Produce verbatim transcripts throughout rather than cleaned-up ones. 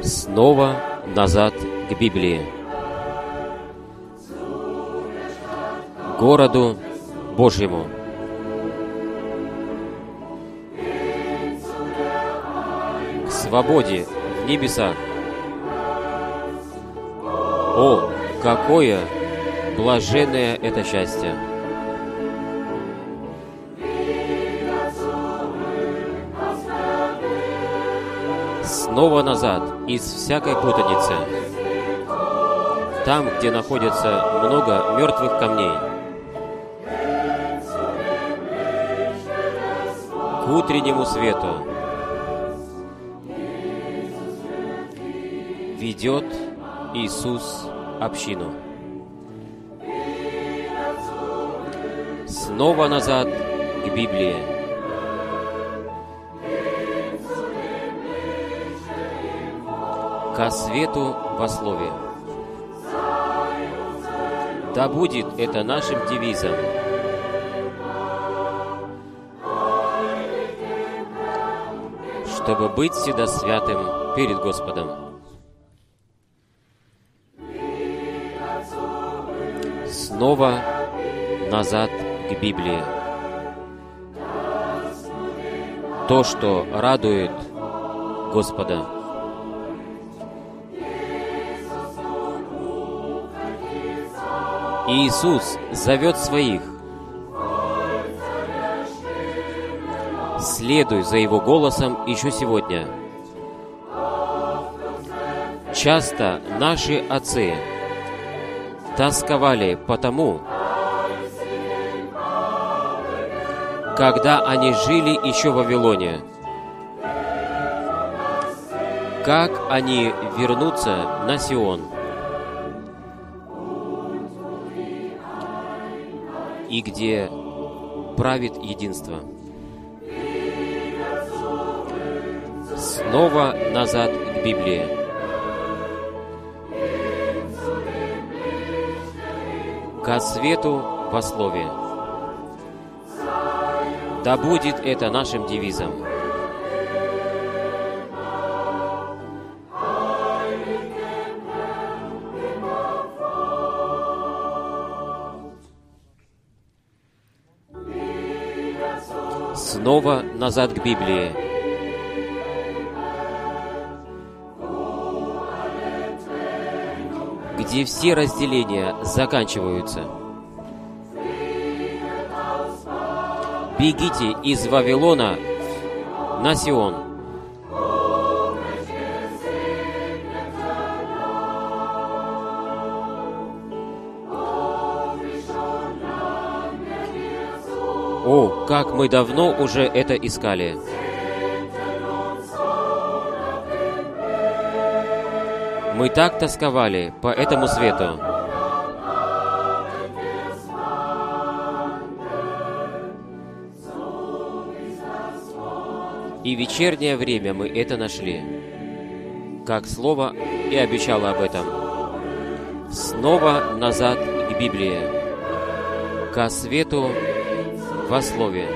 Снова назад к Библии, городу Божьему, к свободе в небесах. О, какое блаженное это счастье! Снова назад из всякой путаницы, там, где находится много мертвых камней, к утреннему свету ведет Иисус общину. Снова назад к Библии. Ко свету во Слове. Да будет это нашим девизом. Чтобы быть всегда святым перед Господом. Снова назад к Библии. То, что радует Господа. Иисус зовет своих. Следуй за Его голосом еще сегодня. Часто наши отцы тосковали по тому, когда они жили еще в Вавилоне, как они вернутся на Сион. И где правит единство. Снова назад к Библии. Ко свету во Слове. Да будет это нашим девизом. Снова назад к Библии. Где все разделения заканчиваются. Бегите из Вавилона на Сион. О, как мы давно уже это искали! Мы так тосковали по этому свету. И в вечернее время мы это нашли, как Слово и обещало об этом. Снова назад к Библии, ко свету во Слове.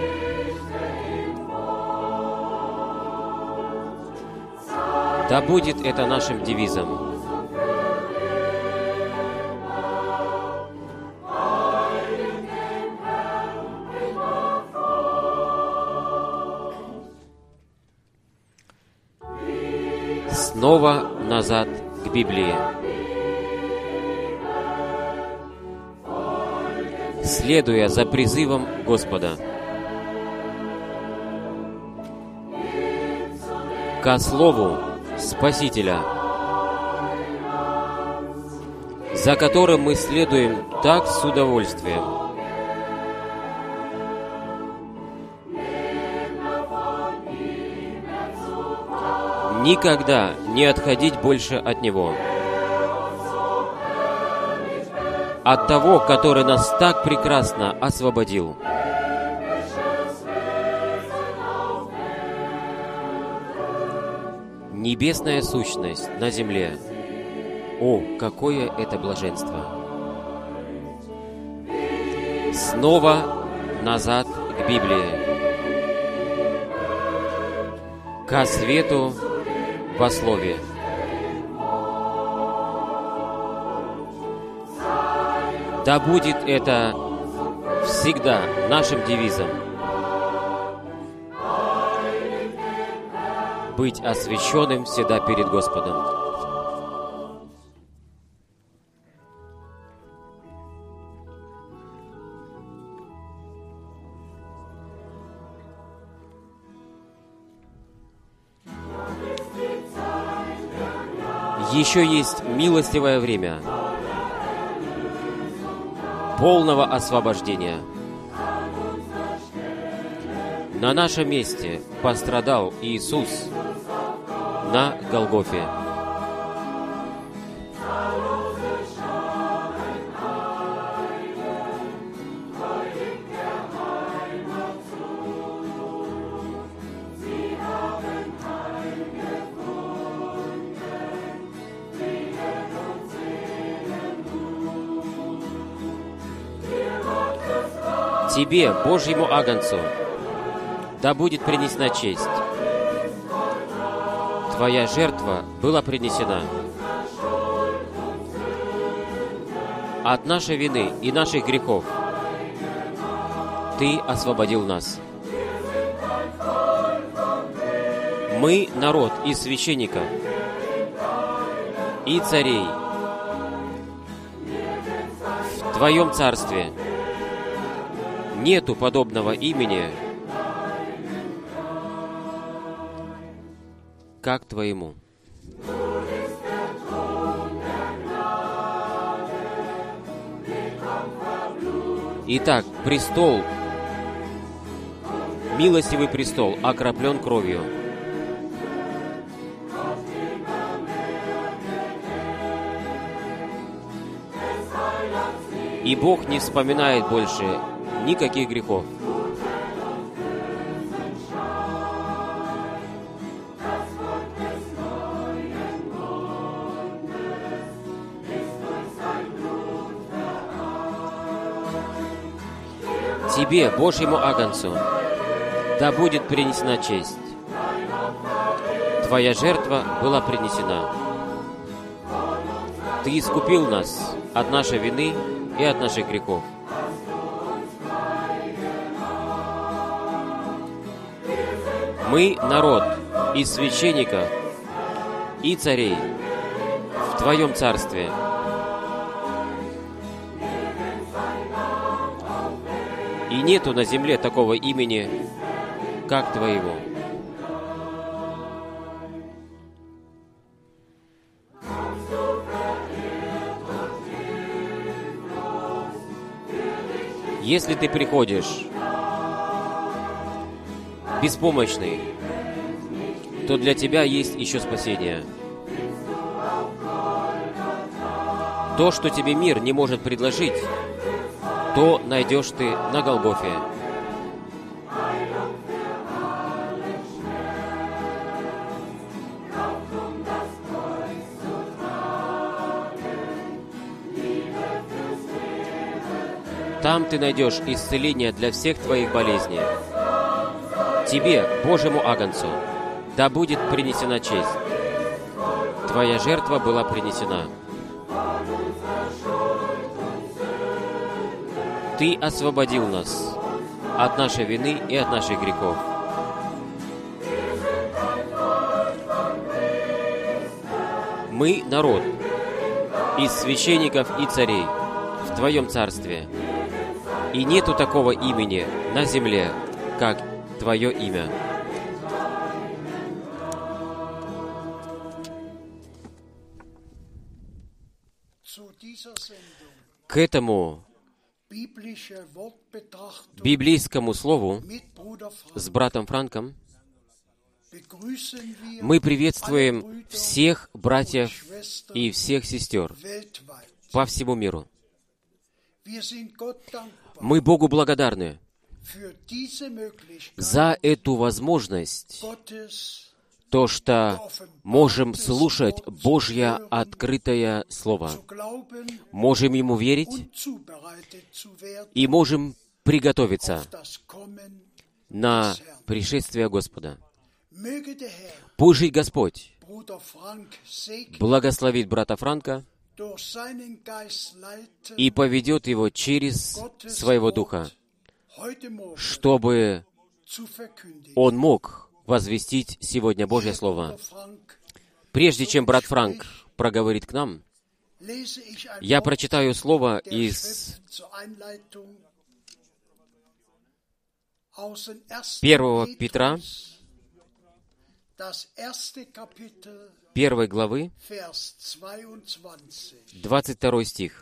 Да будет это нашим девизом. Снова назад к Библии. Следуя за призывом Господа. Ко Слову Спасителя, за которым мы следуем так с удовольствием. Никогда не отходить больше от Него. От того, который нас так прекрасно освободил. Небесная сущность на земле. О, какое это блаженство! Снова назад к Библии. Ко свету во Слове. Да будет это всегда нашим девизом. Быть освященным всегда перед Господом. Еще есть милостивое время полного освобождения. На нашем месте пострадал Иисус на Голгофе. Тебе, Божьему Агнцу, да будет принесена честь. Твоя жертва была принесена. От нашей вины и наших грехов Ты освободил нас. Мы народ и священников, и царей в Твоем царстве. Нету подобного имени, как Твоему. Итак, престол, милостивый престол, окроплен кровью. И Бог не вспоминает больше никаких грехов. Тебе, Божьему Агнцу, да будет принесена честь. Твоя жертва была принесена. Ты искупил нас от нашей вины и от наших грехов. Мы народ и священников, и царей в Твоем царстве. И нету на земле такого имени, как Твоего. Если ты приходишь беспомощный, то для тебя есть еще спасение. То, что тебе мир не может предложить, то найдешь ты на Голгофе. Там ты найдешь исцеление для всех твоих болезней. Тебе, Божьему Агнцу, да будет принесена честь. Твоя жертва была принесена. Ты освободил нас от нашей вины и от наших грехов. Мы народ из священников и царей в Твоем царстве. И нету такого имени на земле, как Твое имя. К этому библейскому слову с братом Франком мы приветствуем всех братьев и всех сестер по всему миру. Мы Богу благодарны за эту возможность, то, что можем слушать Божье открытое Слово, можем Ему верить и можем приготовиться на пришествие Господа. Пусть Господь благословит брата Франка и поведет его через Своего Духа, чтобы он мог возвестить сегодня Божье Слово. Прежде чем брат Франк проговорит к нам, я прочитаю слово из первого Петра, первой главы, двадцать второй стих.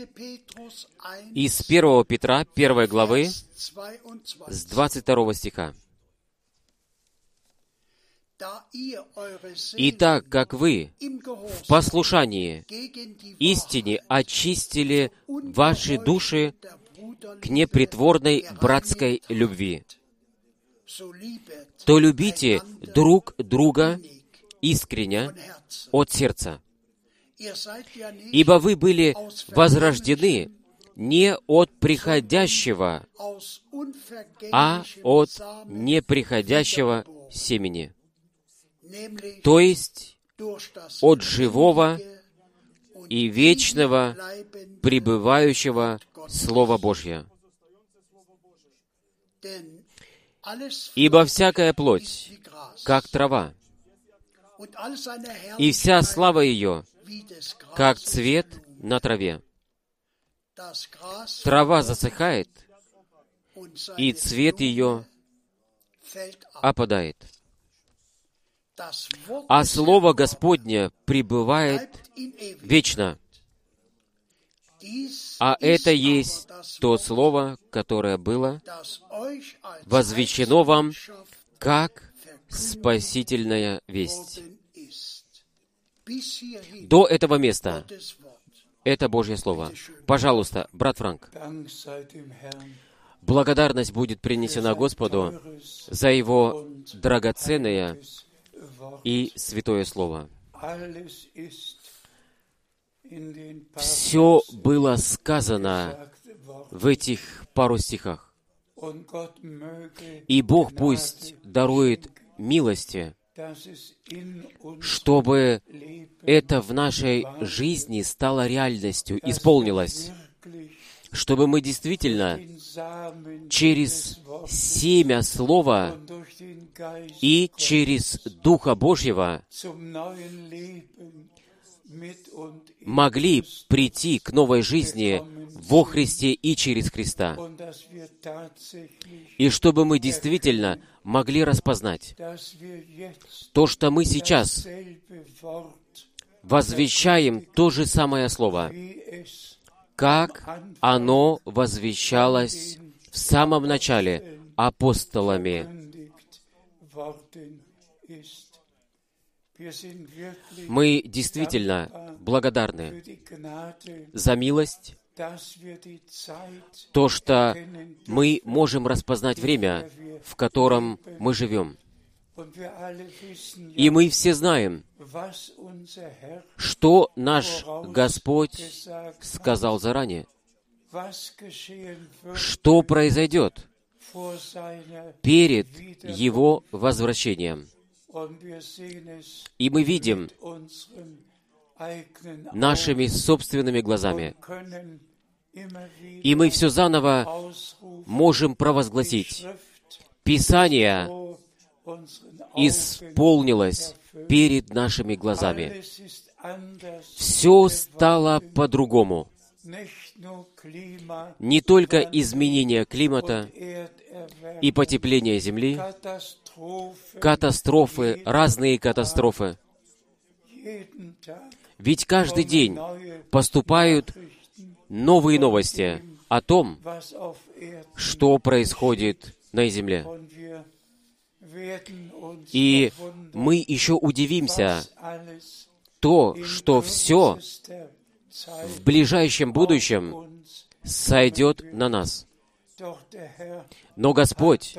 Из первого Петра, первой главы, с двадцать второго стиха. «Итак, как вы в послушании истине очистили ваши души к непритворной братской любви, то любите друг друга искренне от сердца. Ибо вы были возрождены не от приходящего, а от неприходящего семени, то есть от живого и вечного пребывающего Слова Божьего. Ибо всякая плоть, как трава, и вся слава ее, как цвет на траве. Трава засыхает, и цвет ее опадает. А Слово Господне пребывает вечно. А это есть то Слово, которое было возвещено вам как спасительная весть. До этого места это Божье Слово. Пожалуйста, брат Франк. Благодарность будет принесена Господу за Его драгоценное и святое Слово. Все было сказано в этих пару стихах. И Бог пусть дарует милости, чтобы это в нашей жизни стало реальностью, исполнилось, чтобы мы действительно через семя Слова и через Духа Божьего могли прийти к новой жизни во Христе и через Христа. И чтобы мы действительно могли распознать то, что мы сейчас возвещаем то же самое Слово, как оно возвещалось в самом начале апостолами. Мы действительно благодарны за милость, то, что мы можем распознать время, в котором мы живем. И мы все знаем, что наш Господь сказал заранее, что произойдет перед Его возвращением. И мы видим нашими собственными глазами. И мы все заново можем провозгласить. Писание исполнилось перед нашими глазами. Все стало по-другому. Не только изменение климата и потепление Земли, катастрофы, разные катастрофы. Ведь каждый день поступают новые новости о том, что происходит на Земле. И мы еще удивимся то, что все в ближайшем будущем сойдет на нас. Но Господь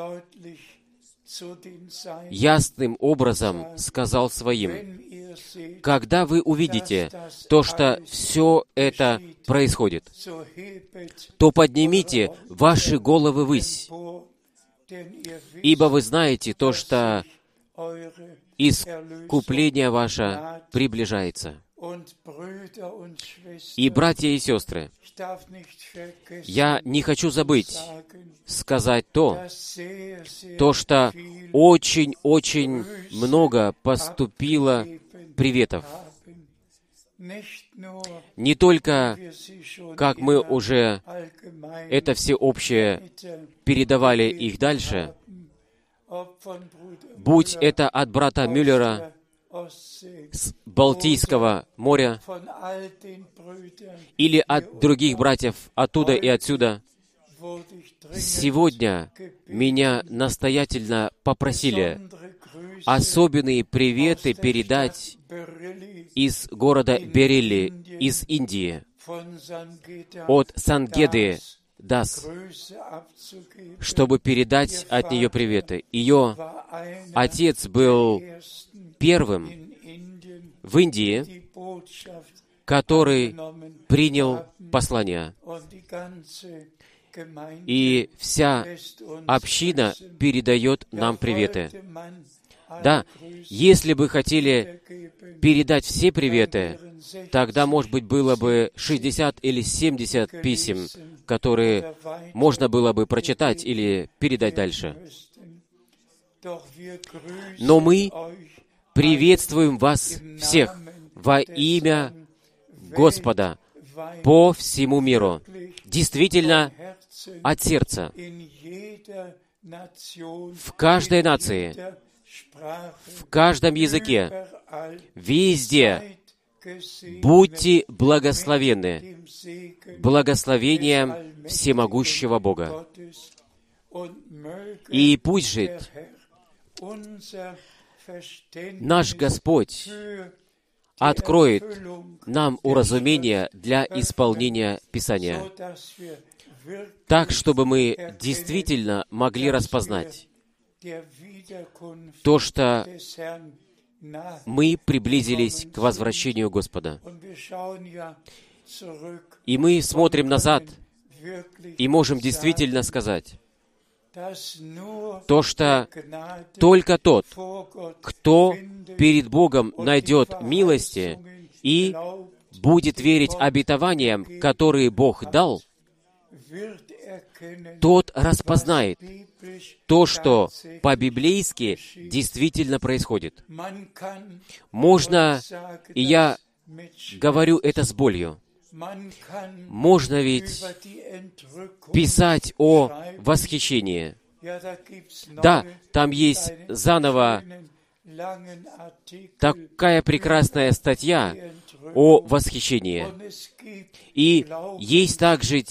ясным образом сказал своим: когда вы увидите то, что все это происходит, то поднимите ваши головы ввысь, ибо вы знаете то, что искупление ваше приближается. И, братья и сестры, я не хочу забыть сказать то, то, что очень-очень много поступило приветов. Не только, как мы уже это всеобщее передавали их дальше, будь это от брата Мюллера с Балтийского моря или от других братьев оттуда и отсюда, сегодня меня настоятельно попросили особенные приветы передать из города Берилли, из Индии, от Сангеды Дас, чтобы передать от нее приветы. Ее отец был первым в Индии, который принял послание. И вся община передает нам приветы. Да, если бы хотели передать все приветы, тогда, может быть, было бы шестьдесят или семьдесят писем, которые можно было бы прочитать или передать дальше. Но мы приветствуем вас всех во имя Господа по всему миру. Действительно, от сердца. В каждой нации, в каждом языке, везде будьте благословенны благословением всемогущего Бога. И пусть же наш Господь откроет нам уразумение для исполнения Писания, так, чтобы мы действительно могли распознать то, что мы приблизились к возвращению Господа. И мы смотрим назад и можем действительно сказать, то, что только тот, кто перед Богом найдет милости и будет верить обетованиям, которые Бог дал, тот распознает то, что по-библейски действительно происходит. Можно, и я говорю это с болью, можно ведь писать о восхищении. Да, там есть заново такая прекрасная статья о восхищении. И есть также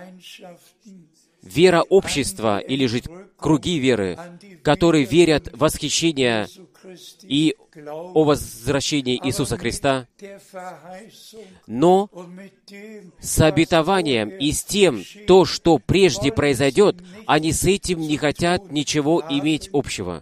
вера общества, или же круги веры, которые верят в восхищение и о возвращении Иисуса Христа, но с обетованием и с тем, то, что прежде произойдет, они с этим не хотят ничего иметь общего.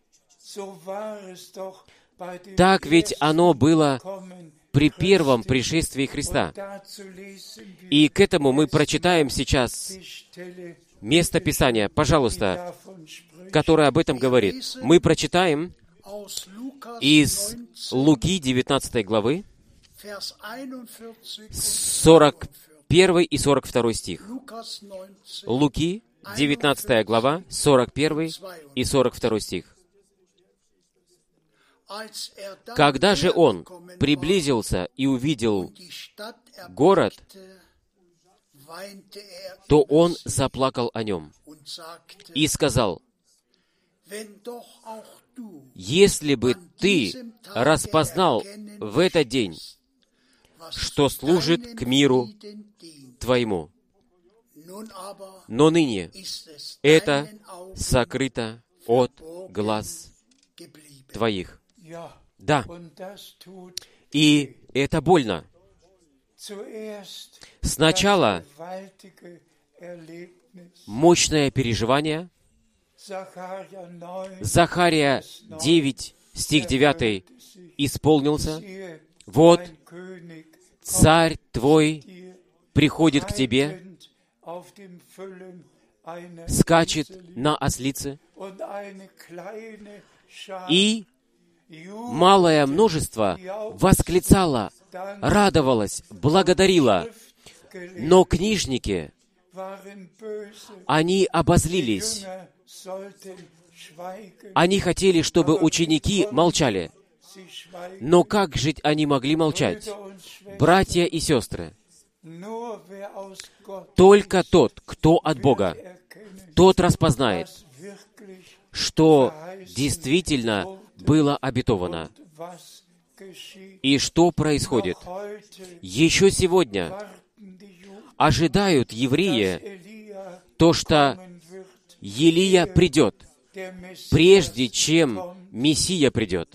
Так ведь оно было при первом пришествии Христа. И к этому мы прочитаем сейчас место Писания, пожалуйста, которое об этом говорит. Мы прочитаем из Луки девятнадцатой главы, сорок первый и сорок второй стих. Луки девятнадцатая глава, сорок первый и сорок второй стих. «Когда же он приблизился и увидел город, то он заплакал о нем и сказал: если бы ты распознал в этот день, что служит к миру твоему, но ныне это сокрыто от глаз твоих». Да, и это больно. Сначала мощное переживание. Захария девять, стих девять исполнился. «Вот царь твой приходит к тебе, скачет на ослице, и малое множество восклицало радовалась, благодарила. Но книжники, они обозлились. Они хотели, чтобы ученики молчали. Но как же они могли молчать? Братья и сестры, только тот, кто от Бога, тот распознает, что действительно было обетовано. И что происходит? Еще сегодня ожидают евреи то, что Елия придет, прежде чем Мессия придет.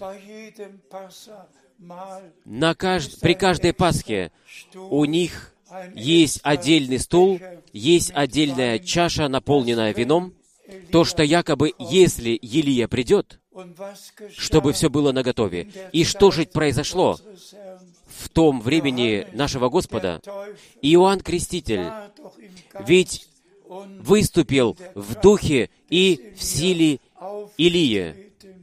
На кажд... При каждой Пасхе у них есть отдельный стул, есть отдельная чаша, наполненная вином, то, что якобы, если Елия придет, чтобы все было наготове. И что же произошло в том времени нашего Господа? Иоанн Креститель ведь выступил в духе и в силе Илии.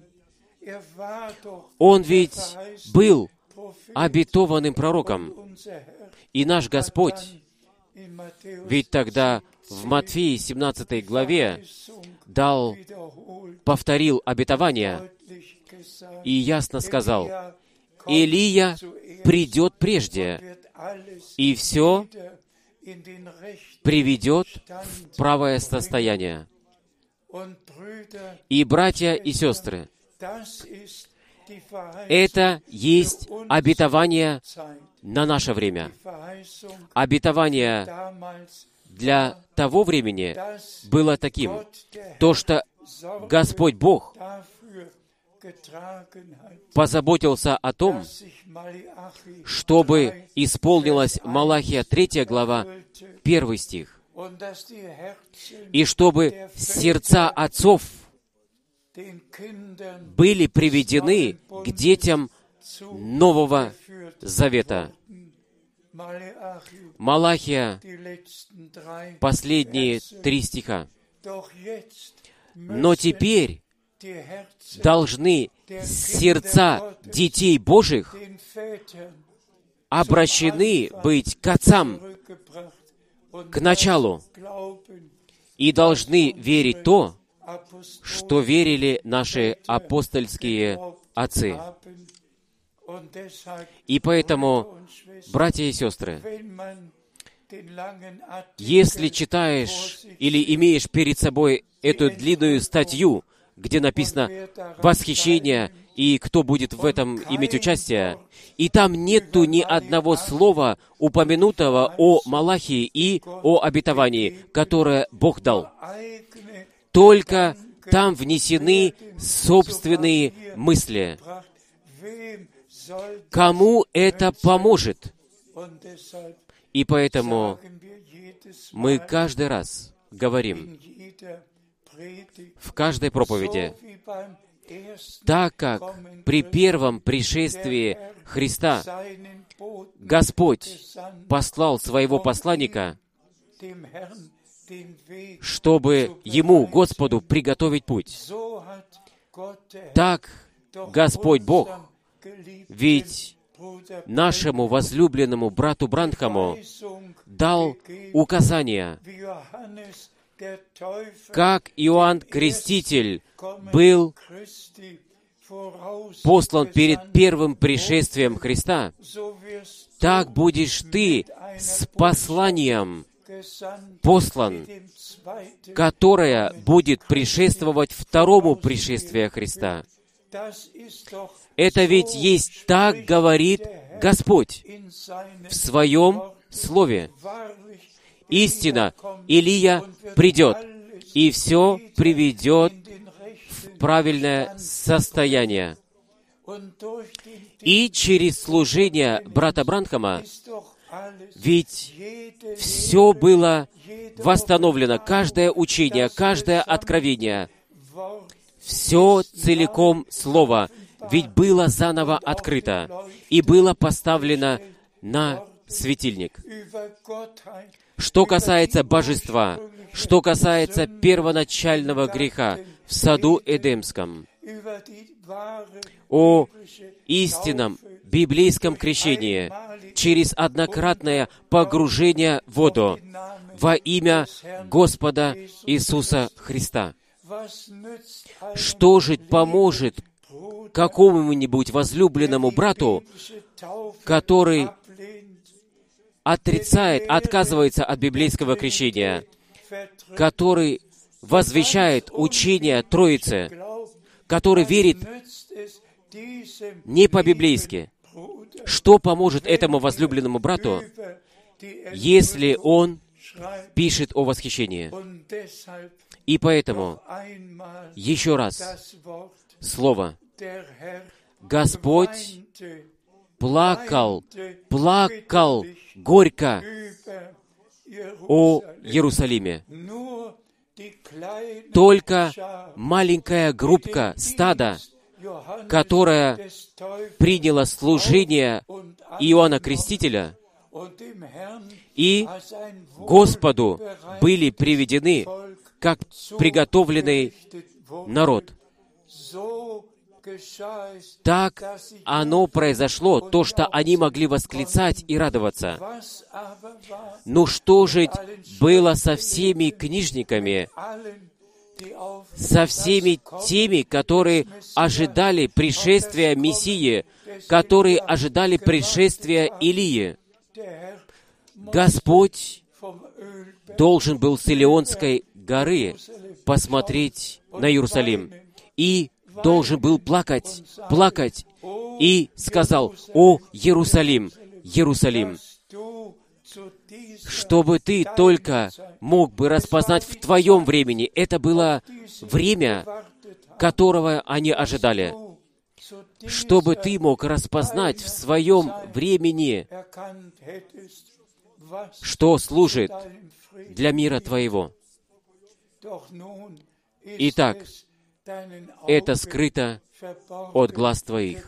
Он ведь был обетованным пророком. И наш Господь ведь тогда в Матфея семнадцатой главе дал, повторил обетование и ясно сказал: Илия придет прежде, и все приведет в правое состояние. И, братья и сестры, это есть обетование на наше время. Обетование для того времени было таким, то, что Господь Бог позаботился о том, чтобы исполнилась Малахия третья глава, первый стих, и чтобы сердца отцов были приведены к детям Нового Завета. Малахия, последние три стиха. Но теперь должны сердца детей Божьих обращены быть к отцам, к началу, и должны верить то, что верили наши апостольские отцы. И поэтому, братья и сестры, если читаешь или имеешь перед собой эту длинную статью, где написано «восхищение» и кто будет в этом иметь участие, и там нету ни одного слова, упомянутого о Малахии и о обетовании, которое Бог дал. Только там внесены собственные мысли. Кому это поможет? И поэтому мы каждый раз говорим в каждой проповеди, так как при первом пришествии Христа Господь послал своего посланника, чтобы Ему, Господу, приготовить путь. Так Господь Бог ведь нашему возлюбленному брату Бранхаму дал указания, как Иоанн Креститель был послан перед первым пришествием Христа, так будешь ты с посланием послан, которое будет предшествовать второму пришествию Христа. Это ведь есть так говорит Господь в Своем Слове. Истина, Илия придет, и все приведет в правильное состояние. И через служение брата Бранхама ведь все было восстановлено, каждое учение, каждое откровение, все целиком Слово, ведь было заново открыто и было поставлено на светильник. Что касается божества, что касается первоначального греха в саду Эдемском, о истинном библейском крещении, через однократное погружение в воду во имя Господа Иисуса Христа. Что же поможет какому-нибудь возлюбленному брату, который отрицает, отказывается от библейского крещения, который возвещает учение Троицы, который верит не по-библейски? Что поможет этому возлюбленному брату, если он пишет о восхищении? И поэтому, еще раз, слово. Господь плакал, плакал горько о Иерусалиме. Только маленькая группка стада, которая приняла служение Иоанна Крестителя, и Господу были приведены как приготовленный народ. Так оно произошло, то, что они могли восклицать и радоваться. Но что же было со всеми книжниками, со всеми теми, которые ожидали пришествия Мессии, которые ожидали пришествия Илии? Господь должен был с Илионской горы посмотреть на Иерусалим и должен был плакать, плакать, и сказал: «О, Иерусалим, Иерусалим, чтобы ты только мог бы распознать в твоем времени». Это было время, которого они ожидали. Чтобы ты мог распознать в своем времени, что служит для мира твоего. Итак, это скрыто от глаз твоих.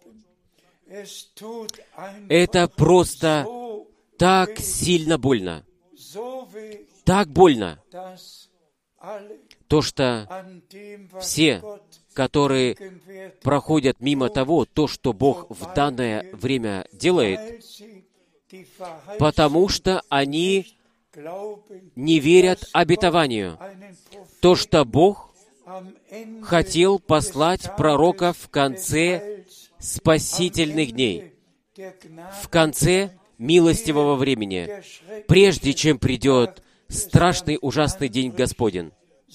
Это просто так сильно больно. Так больно. То, что все, которые проходят мимо того, то, что Бог в данное время делает, потому что они не верят обетованию. То, что Бог хотел послать пророка в конце спасительных дней, в конце милостивого времени, прежде чем придет страшный, ужасный день Господень.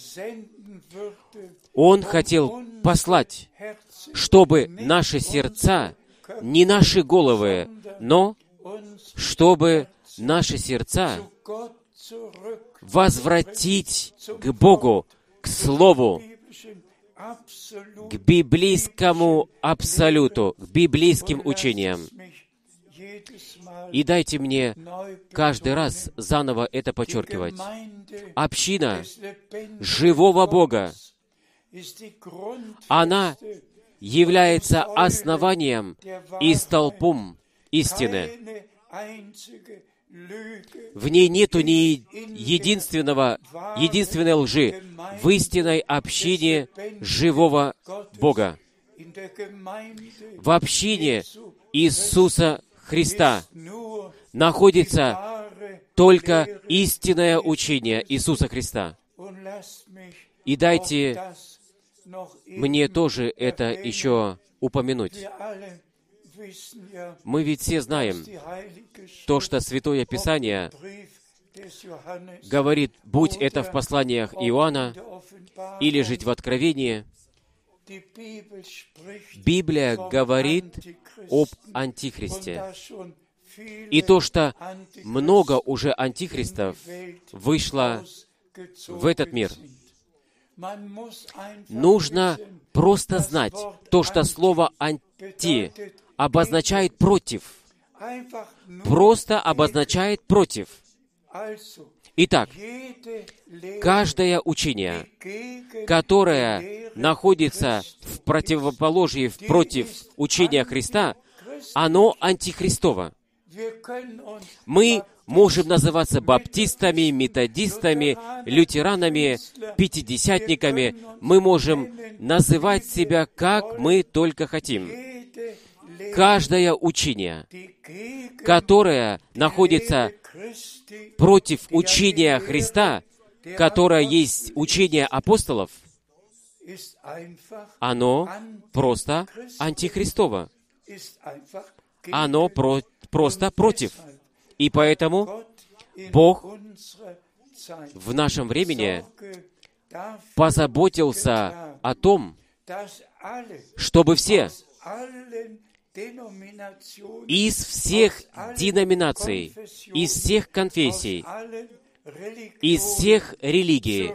Он хотел послать, чтобы наши сердца, не наши головы, но чтобы наши сердца возвратить к Богу, к Слову, к библейскому абсолюту, к библейским учениям. И дайте мне каждый раз заново это подчеркивать. Община живого Бога, она является основанием и столпом истины. В ней нету ни единственного, единственной лжи в истинной общине живого Бога. В общине Иисуса Христа находится только истинное учение Иисуса Христа. И дайте мне тоже это еще упомянуть. Мы ведь все знаем то, что Святое Писание говорит, будь это в посланиях Иоанна или жить в Откровении, Библия говорит об Антихристе. И то, что много уже антихристов вышло в этот мир. Нужно просто знать то, что слово «анти» обозначает «против». Просто обозначает «против». Итак, каждое учение, которое находится в противоположии против учения Христа, оно антихристово. Мы можем называться баптистами, методистами, лютеранами, пятидесятниками. Мы можем называть себя, как мы только хотим. каждое учение, которое находится против учения Христа, которое есть учение апостолов, оно просто антихристово. Оно про- просто против. И поэтому Бог в нашем времени позаботился о том, чтобы все из всех деноминаций, из всех конфессий, из всех религий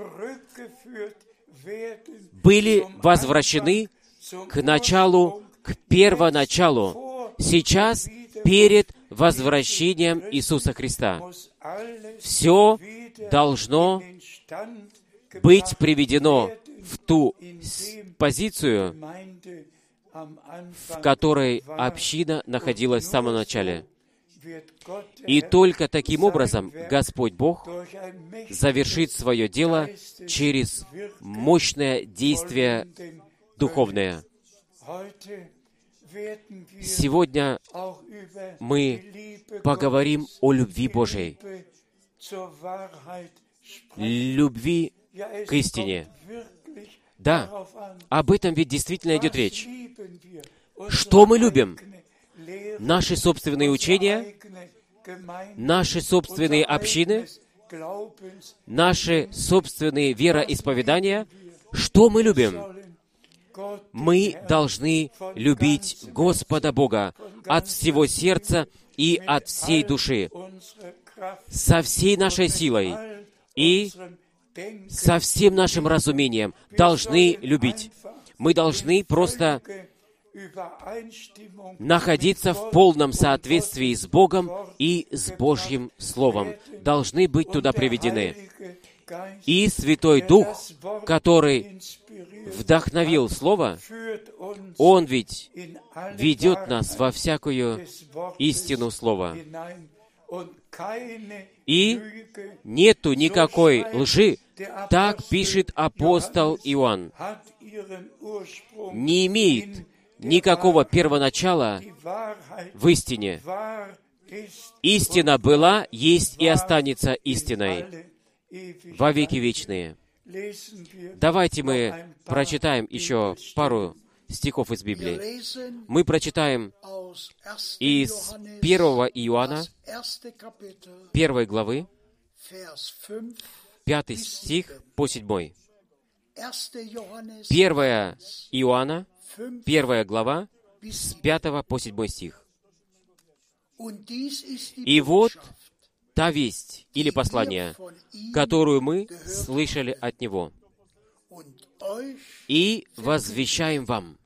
были возвращены к началу, к первоначалу, сейчас перед возвращением Иисуса Христа. Все должно быть приведено в ту позицию, в которой община находилась в самом начале. И только таким образом Господь Бог завершит свое дело через мощное действие духовное. Сегодня мы поговорим о любви Божией, любви к истине. Да, об этом ведь действительно идет речь. Что мы любим? Наши собственные учения, наши собственные общины, наши собственные вероисповедания. Что мы любим? Мы должны любить Господа Бога от всего сердца и от всей души, со всей нашей силой и со всем нашим разумением должны любить. Мы должны просто находиться в полном соответствии с Богом и с Божьим Словом. Должны быть туда приведены. И Святой Дух, который вдохновил Слово, Он ведь ведет нас во всякую истину Слова. И нету никакой лжи, так пишет апостол Иоанн, не имеет никакого первоначала в истине. Истина была, есть и останется истиной во веки вечные. Давайте мы прочитаем еще пару стихов из Библии. Мы прочитаем из первого Иоанна, первой главы, пятый стих по седьмой. Первое Иоанна, первая глава, с пятого по седьмой стих. «И вот та весть или послание, которую мы слышали от Него, и возвещаем вам.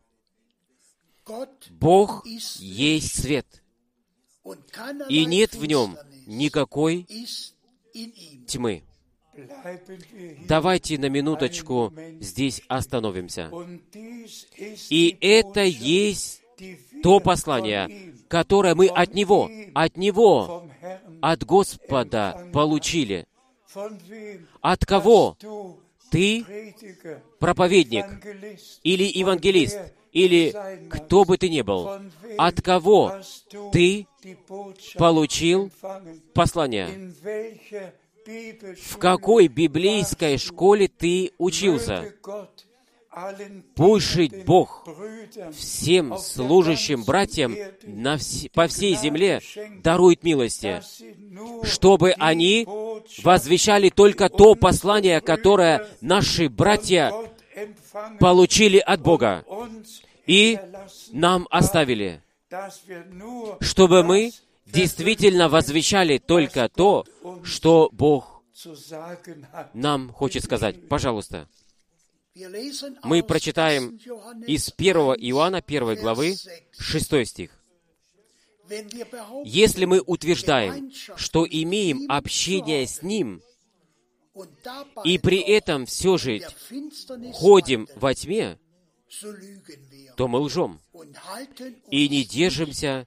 Бог есть свет, и нет в Нем никакой тьмы». Давайте на минуточку здесь остановимся. И это есть то послание, которое мы от Него, от Него, от Господа получили. От кого? Ты проповедник, или евангелист, или кто бы ты ни был. От кого ты получил послание? В какой библейской школе ты учился? Пусть жить Бог всем служащим братьям на вс- по всей земле дарует милости, чтобы они возвещали только то послание, которое наши братья получили от Бога и нам оставили, чтобы мы действительно возвещали только то, что Бог нам хочет сказать. Пожалуйста. Мы прочитаем из первого Иоанна, первой главы, шестой стих. «Если мы утверждаем, что имеем общение с Ним, и при этом все же ходим во тьме, то мы лжем и не держимся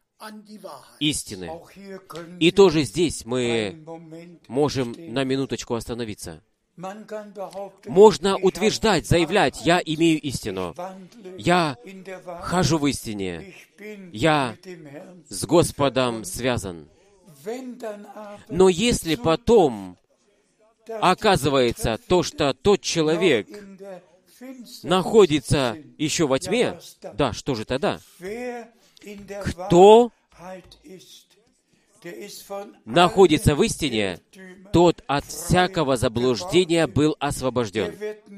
истины». И тоже здесь мы можем на минуточку остановиться. Можно утверждать, заявлять: «Я имею истину, я хожу в истине, я с Господом связан». Но если потом оказывается то, что тот человек находится еще во тьме, да, что же тогда? Кто находится в истине, тот от всякого заблуждения был освобожден.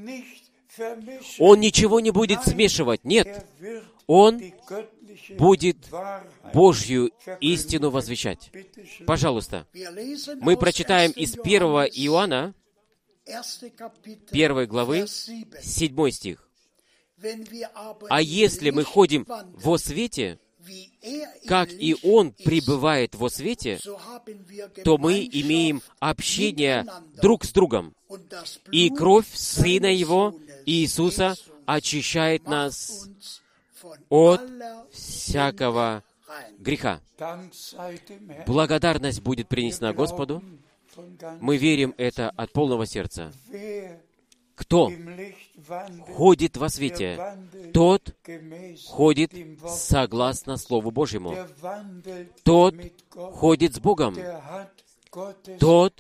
Он ничего не будет смешивать. Нет, он будет Божью истину возвещать. Пожалуйста, мы прочитаем из первого Иоанна, первой главы, седьмой стих. «А если мы ходим во свете, как и Он пребывает во свете, то мы имеем общение друг с другом, и кровь Сына Его, Иисуса, очищает нас от всякого греха». Благодарность будет принесена Господу. Мы верим это от полного сердца. Кто ходит во свете, тот ходит согласно Слову Божьему. Тот ходит с Богом. Тот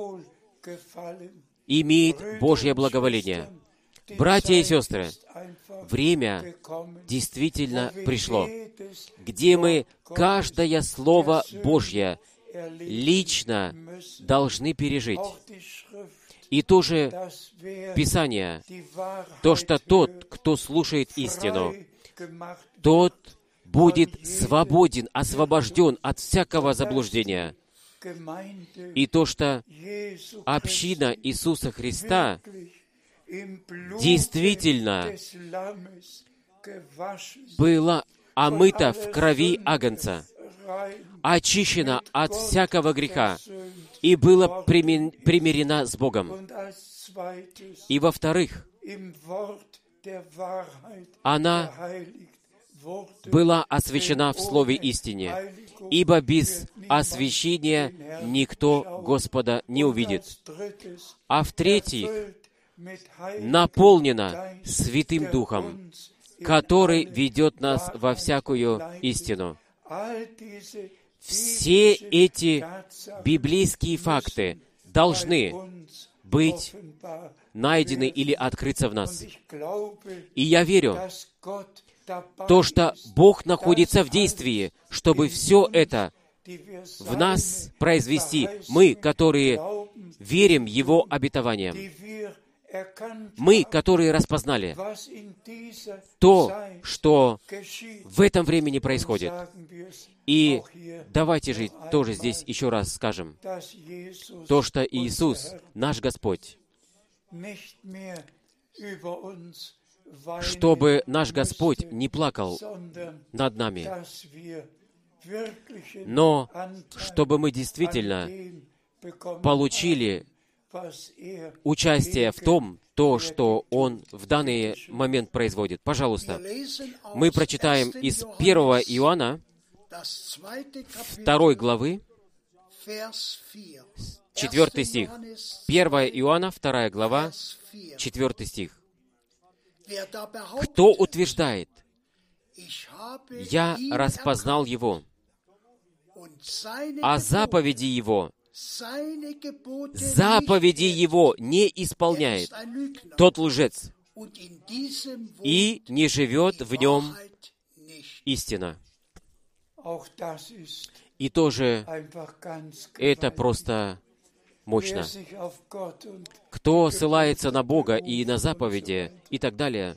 имеет Божье благоволение. Братья и сестры, время действительно пришло, где мы каждое Слово Божье лично должны пережить. И тоже Писание, то, что тот, кто слушает истину, тот будет свободен, освобожден от всякого заблуждения. И то, что община Иисуса Христа действительно была омыта в крови Агнца, очищена от всякого греха и была примирена с Богом. И во-вторых, она была освящена в Слове истине, ибо без освящения никто Господа не увидит. А в-третьих, наполнена Святым Духом, который ведет нас во всякую истину. Все эти библейские факты должны быть найдены или открыться в нас. И я верю, то, что Бог находится в действии, чтобы все это в нас произвести, мы, которые верим Его обетованиям, мы, которые распознали то, что в этом времени происходит. И давайте же тоже здесь еще раз скажем, то, что Иисус, наш Господь, чтобы наш Господь не плакал над нами, но чтобы мы действительно получили участие в том, то, что Он в данный момент производит. Пожалуйста, мы прочитаем из первого Иоанна, второй главы, четвертый стих. первое Иоанна, вторая глава, четвертый стих. «Кто утверждает, я распознал Его, а заповеди Его, заповеди Его не исполняет, тот лжец, и не живет в нем истина». И тоже это просто мощно. Кто ссылается на Бога и на заповеди и так далее,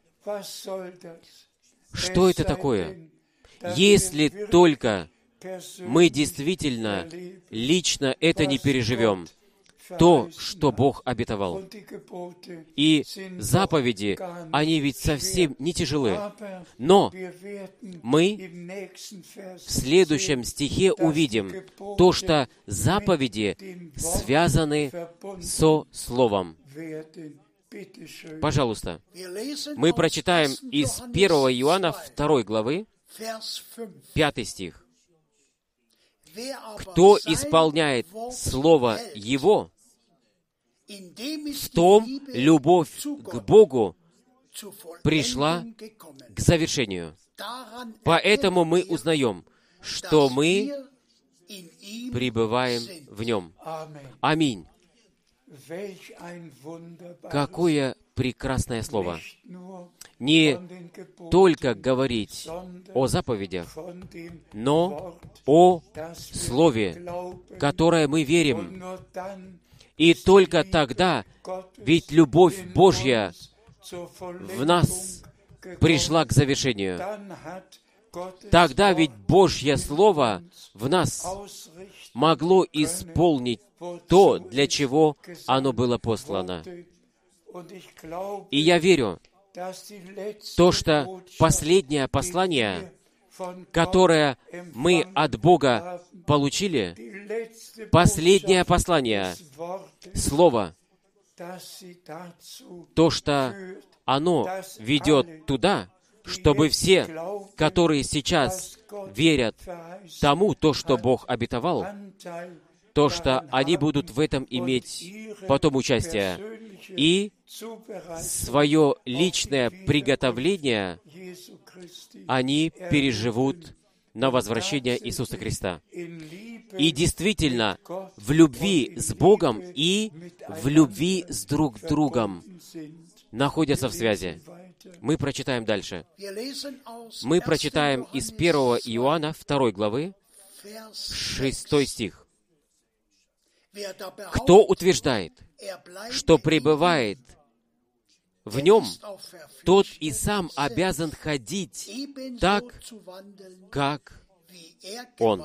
что это такое? Если только мы действительно лично это не переживем, то, что Бог обетовал. И заповеди, они ведь совсем не тяжелы. Но мы в следующем стихе увидим то, что заповеди связаны со Словом. Пожалуйста, мы прочитаем из первого Иоанна второй главы, пятый стих. «Кто исполняет Слово Его, В том любовь к Богу пришла к завершению. Поэтому мы узнаем, что мы пребываем в Нем. Аминь. Какое прекрасное слово! Не только говорить о заповедях, но о Слове, которое мы верим. И только тогда, ведь любовь Божья в нас пришла к завершению. Тогда ведь Божье Слово в нас могло исполнить то, для чего оно было послано. И я верю, то, что последнее послание, которое мы от Бога получили, последнее послание, Слово, то, что оно ведет туда, чтобы все, которые сейчас верят тому, то, что Бог обетовал, то, что они будут в этом иметь потом участие, и свое личное приготовление они переживут на возвращение Иисуса Христа. И действительно, в любви с Богом и в любви с друг другом находятся в связи. Мы прочитаем дальше. Мы прочитаем из первого Иоанна второй главы, шестой стих. «Кто утверждает, что пребывает в Нем, тот и сам обязан ходить так, как Он».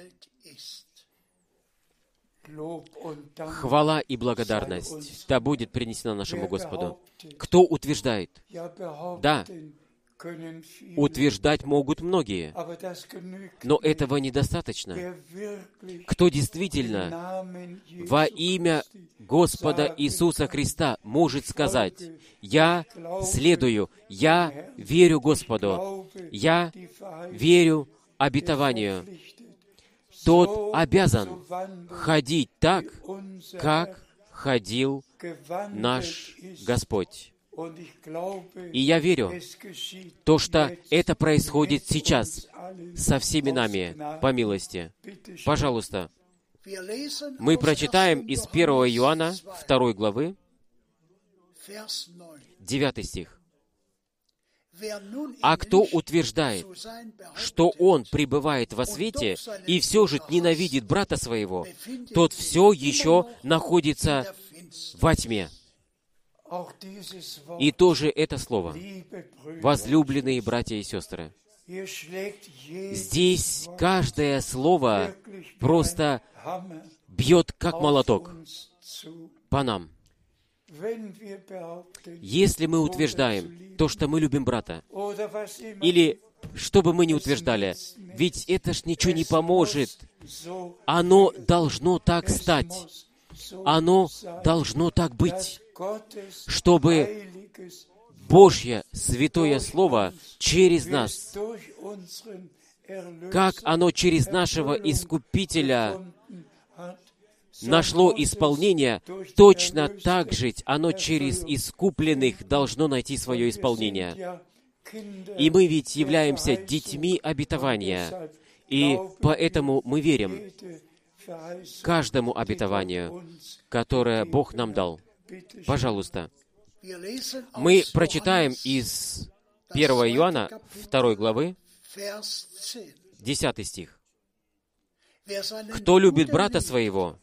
Хвала и благодарность да будет принесена нашему Господу. Кто утверждает? Да, утверждать могут многие, но этого недостаточно. Кто действительно во имя Господа Иисуса Христа может сказать: «Я следую, я верю Господу, я верю обетованию», тот обязан ходить так, как ходил наш Господь. И я верю, то, что это происходит сейчас со всеми нами, по милости. Пожалуйста, мы прочитаем из первого Иоанна второй главы, девятый стих. «А кто утверждает, что он пребывает во свете и все же ненавидит брата своего, тот все еще находится во тьме». И тоже это слово, возлюбленные братья и сестры. Здесь каждое слово просто бьет, как молоток, по нам. Если мы утверждаем то, что мы любим брата, или что бы мы ни утверждали, ведь это ж ничего не поможет. Оно должно так стать. Оно должно так быть, чтобы Божье Святое Слово через нас, как оно через нашего Искупителя нашло исполнение, точно так же оно через искупленных должно найти свое исполнение. И мы ведь являемся детьми обетования, и поэтому мы верим каждому обетованию, которое Бог нам дал. Пожалуйста. Мы прочитаем из первого Иоанна второй главы, десятый стих. «Кто любит брата своего,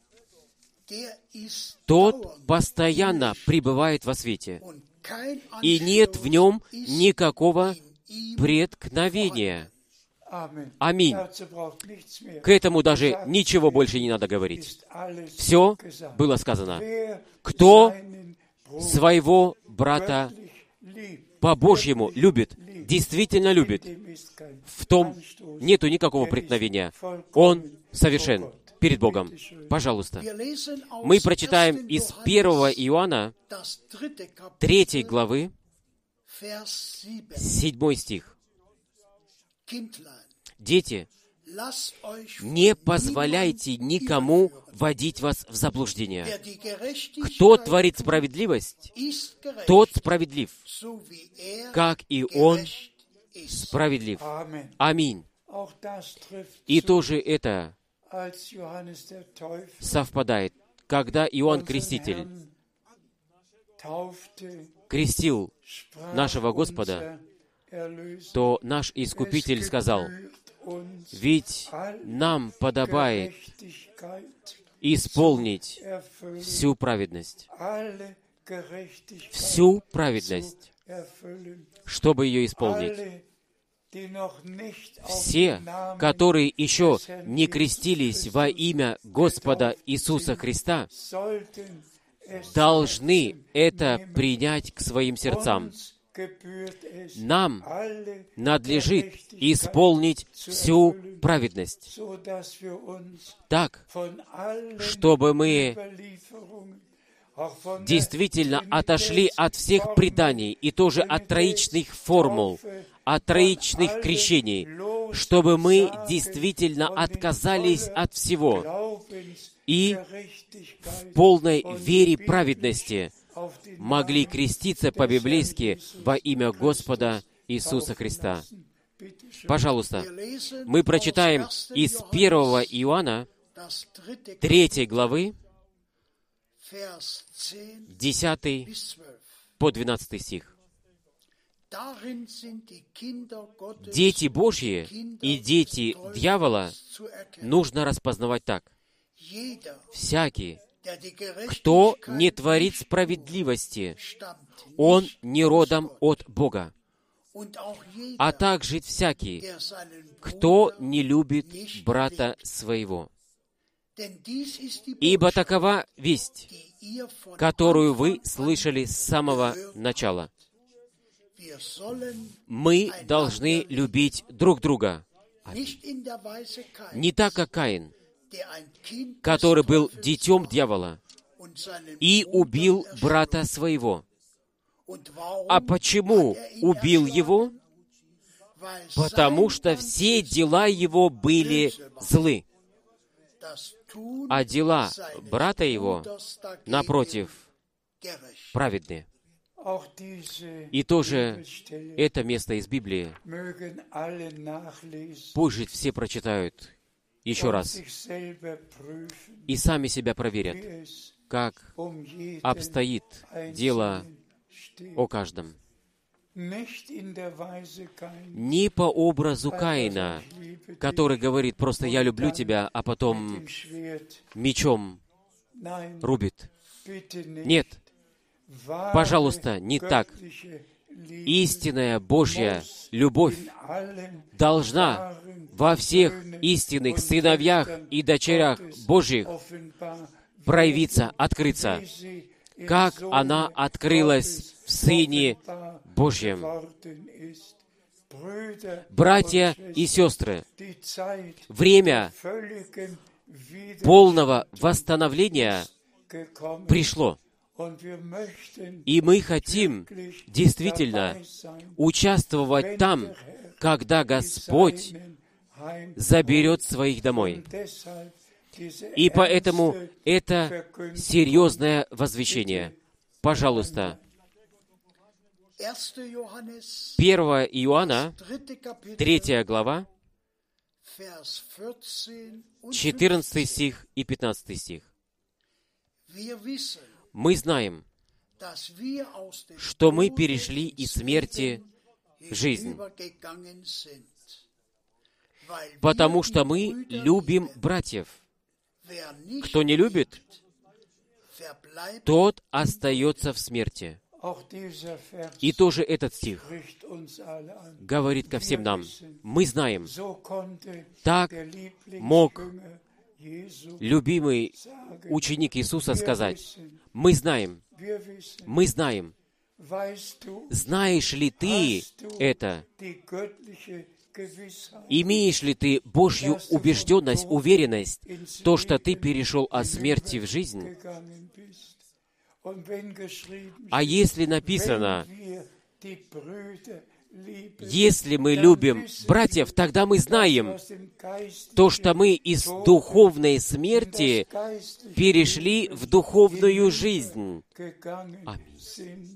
тот постоянно пребывает во свете, и нет в нем никакого преткновения». Аминь. К этому даже ничего больше не надо говорить. Все было сказано. Кто своего брата по-божьему любит, действительно любит, в том нету никакого преткновения. Он совершен перед Богом. Пожалуйста. Мы прочитаем из первого Иоанна, третьей главы, седьмой стих. «Дети, Не позволяйте никому вводить вас в заблуждение. Кто творит справедливость, тот справедлив, как и Он справедлив. Аминь. И тоже это совпадает. Когда Иоанн Креститель крестил нашего Господа, то наш Искупитель сказал: «Ведь нам подобает исполнить всю праведность, всю праведность, чтобы ее исполнить». Все, которые еще не крестились во имя Господа Иисуса Христа, должны это принять к своим сердцам. Нам надлежит исполнить всю праведность так, чтобы мы действительно отошли от всех преданий и тоже от троичных формул, от троичных крещений, чтобы мы действительно отказались от всего и в полной вере праведности могли креститься по-библейски во имя Господа Иисуса Христа. Пожалуйста, мы прочитаем из первого Иоанна, третьей главы, десятый по двенадцатый стих. Дети Божьи и дети дьявола нужно распознавать так. Всякий, кто не творит справедливости, он не родом от Бога. А также всякий, кто не любит брата своего. Ибо такова весть, которую вы слышали с самого начала. Мы должны любить друг друга. Не так, как Каин, который был детем дьявола и убил брата своего. А почему убил его? Потому что все дела его были злы, а дела брата его, напротив, праведные. И тоже это место из Библии пусть же все прочитают еще раз и сами себя проверят, как обстоит дело о каждом. Не по образу Каина, который говорит просто «я люблю тебя», а потом мечом рубит. Нет, пожалуйста, не так. Истинная Божья любовь должна во всех истинных сыновьях и дочерях Божьих проявиться, открыться, как она открылась в Сыне Божьем. Братья и сестры, время полного восстановления пришло. И мы хотим действительно участвовать там, когда Господь заберет своих домой. И поэтому это серьезное возвещение. Пожалуйста, первое Иоанна, третья глава, четырнадцатый стих и пятнадцатый стих. Мы знаем, что мы перешли из смерти в жизнь, потому что мы любим братьев. Кто не любит, тот остается в смерти. И тоже этот стих говорит ко всем нам. Мы знаем, так мог любимый ученик Иисуса сказать. Мы знаем, мы знаем. Знаешь ли ты это? Имеешь ли ты Божью убежденность, уверенность, то, что ты перешел от смерти в жизнь? А если написано, Если мы любим братьев, тогда мы знаем то, что мы из духовной смерти перешли в духовную жизнь. Аминь.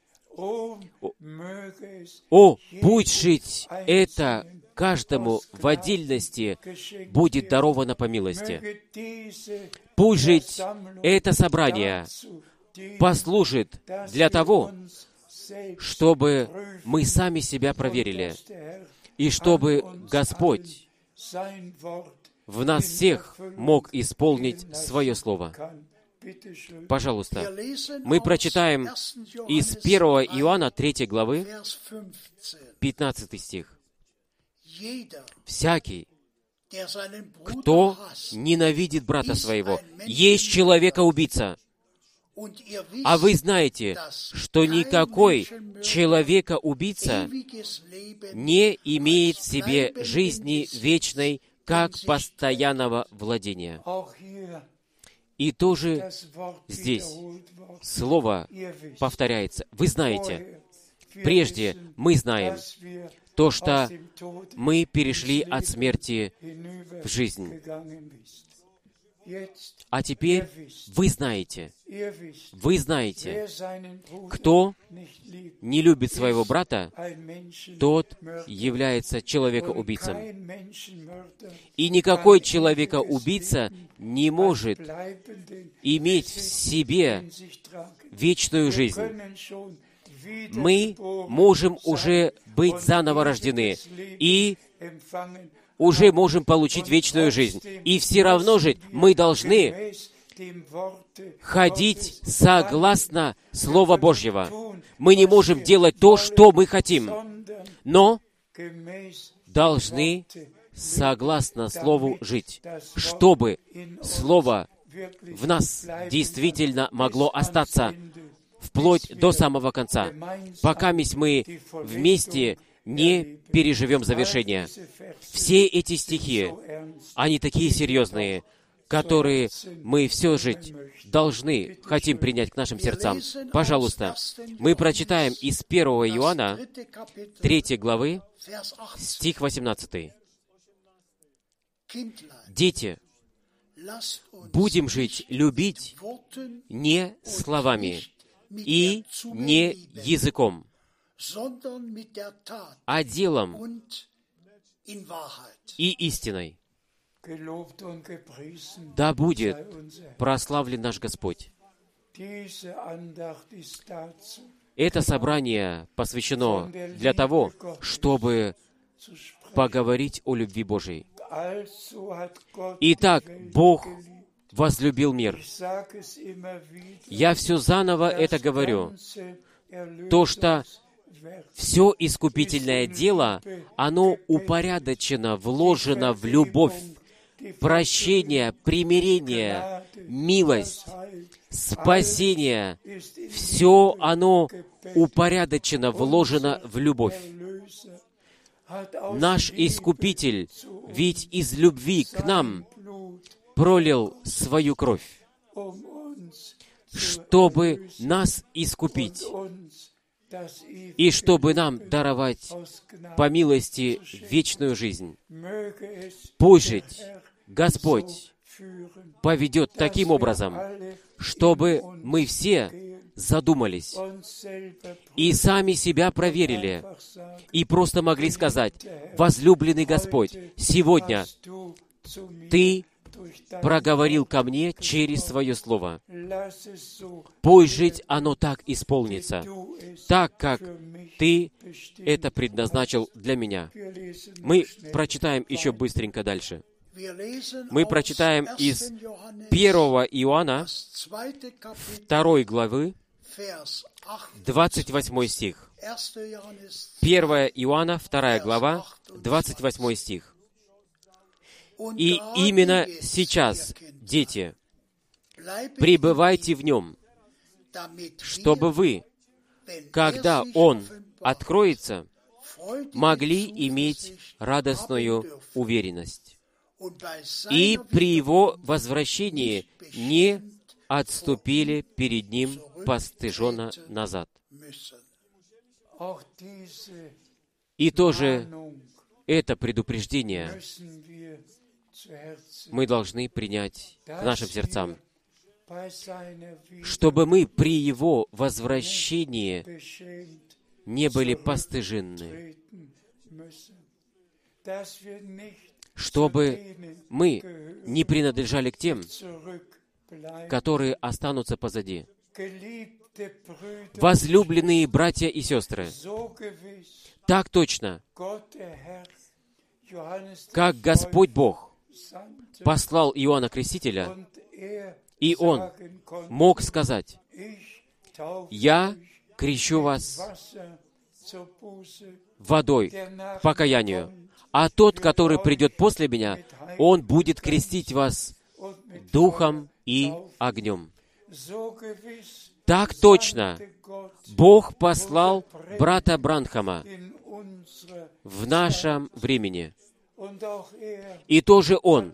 О, пусть жить это каждому в отдельности будет даровано по милости. Пусть жить это собрание послужит для того, чтобы мы сами себя проверили, и чтобы Господь в нас всех мог исполнить Свое Слово. Пожалуйста, мы прочитаем из первого Иоанна третьей главы, пятнадцатый стих. «Всякий, кто ненавидит брата своего, есть человека-убийца. А вы знаете, что никакой человека-убийца не имеет в себе жизни вечной, как постоянного владения». И тоже здесь слово повторяется. Вы знаете, прежде мы знаем то, что мы перешли от смерти в жизнь. А теперь вы знаете, вы знаете, кто не любит своего брата, тот является человекоубийцем. И никакой человека-убийца не может иметь в себе вечную жизнь. Мы можем уже быть заново рождены и уже можем получить вечную жизнь. И все равно же мы должны ходить согласно Слова Божьего. Мы не можем делать то, что мы хотим, но должны согласно Слову жить, чтобы Слово в нас действительно могло остаться вплоть до самого конца, пока мы вместе не переживем завершение. Все эти стихи, они такие серьезные, которые мы все же должны, хотим принять к нашим сердцам. Пожалуйста, мы прочитаем из первого Иоанна, третьей главы, стих восемнадцатый. «Дети, будем жить, любить не словами и не языком, а делом и истиной. Да будет прославлен наш Господь». Это собрание посвящено для того, чтобы поговорить о любви Божией. Итак, Бог возлюбил мир. Я все заново это говорю. То, что все искупительное дело, оно упорядочено, вложено в любовь, прощение, примирение, милость, спасение. Все оно упорядочено, вложено в любовь. Наш Искупитель ведь из любви к нам пролил свою кровь, чтобы нас искупить и чтобы нам даровать по милости вечную жизнь. Пусть же Господь поведет таким образом, чтобы мы все задумались и сами себя проверили, и просто могли сказать: «Возлюбленный Господь, сегодня Ты проговорил ко мне через Свое Слово. Пусть жить оно так исполнится, так, как Ты это предназначил для меня». Мы прочитаем еще быстренько дальше. Мы прочитаем из первого Иоанна, второй главы, двадцать восьмой стих. первое Иоанна, вторая глава, двадцать восьмой стих. «И именно сейчас, дети, пребывайте в Нем, чтобы вы, когда Он откроется, могли иметь радостную уверенность, и при Его возвращении не отступили перед Ним постыженно назад». И тоже это предупреждение мы должны принять к нашим сердцам, чтобы мы при Его возвращении не были постыженны, чтобы мы не принадлежали к тем, которые останутся позади. Возлюбленные братья и сестры, так точно, как Господь Бог послал Иоанна Крестителя, и Он мог сказать: «Я крещу вас водой к покаянию, а тот, который придет после Меня, Он будет крестить вас духом и огнем». Так точно Бог послал брата Бранхама в нашем времени. И тоже он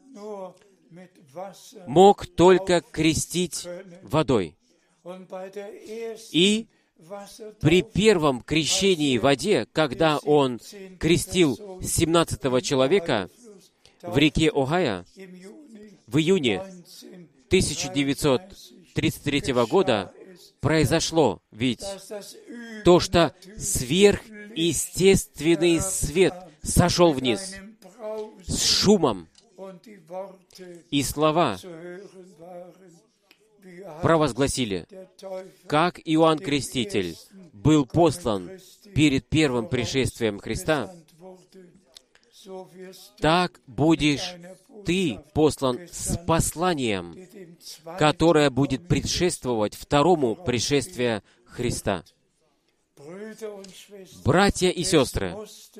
мог только крестить водой. И при первом крещении в воде, когда он крестил семнадцатого человека в реке Огайо в июне тысяча девятьсот тридцать третьего года, произошло ведь то, что сверхъестественный свет сошел вниз с шумом, и слова провозгласили, как Иоанн Креститель был послан перед первым пришествием Христа, так будешь ты послан с посланием, которое будет предшествовать второму пришествию Христа. Братья и сестры,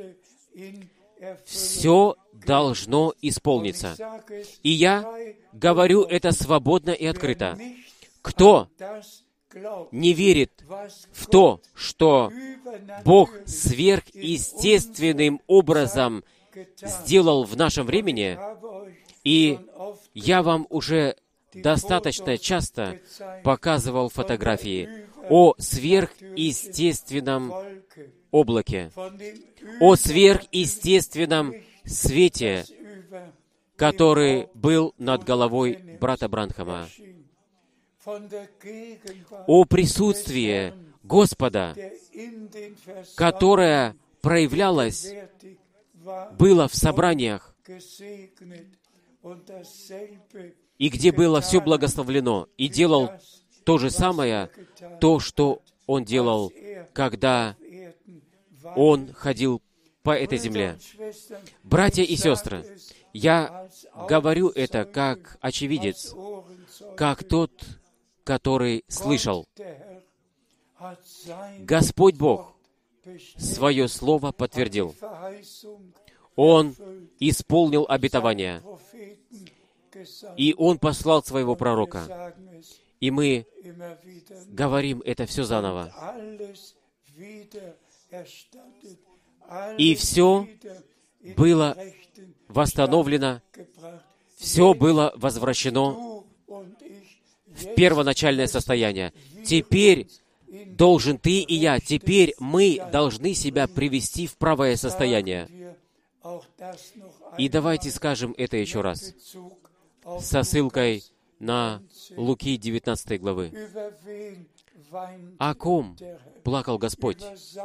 все должно исполниться. И я говорю это свободно и открыто. Кто не верит в то, что Бог сверхъестественным образом сделал в нашем времени, и я вам уже достаточно часто показывал фотографии о сверхъестественном облаке, о сверхъестественном свете, который был над головой брата Бранхама, о присутствии Господа, которое проявлялось, было в собраниях, и где было все благословлено, и делал то же самое, то, что Он делал, когда Он ходил по этой земле. Братья и сестры, я говорю это как очевидец, как тот, который слышал. Господь Бог свое слово подтвердил. Он исполнил обетование, и Он послал своего пророка. И мы говорим это все заново. И все было восстановлено, все было возвращено в первоначальное состояние. Теперь должен ты и я, теперь мы должны себя привести в правое состояние. И давайте скажем это еще раз, со ссылкой на Луки девятнадцатой главы. О ком плакал Господь?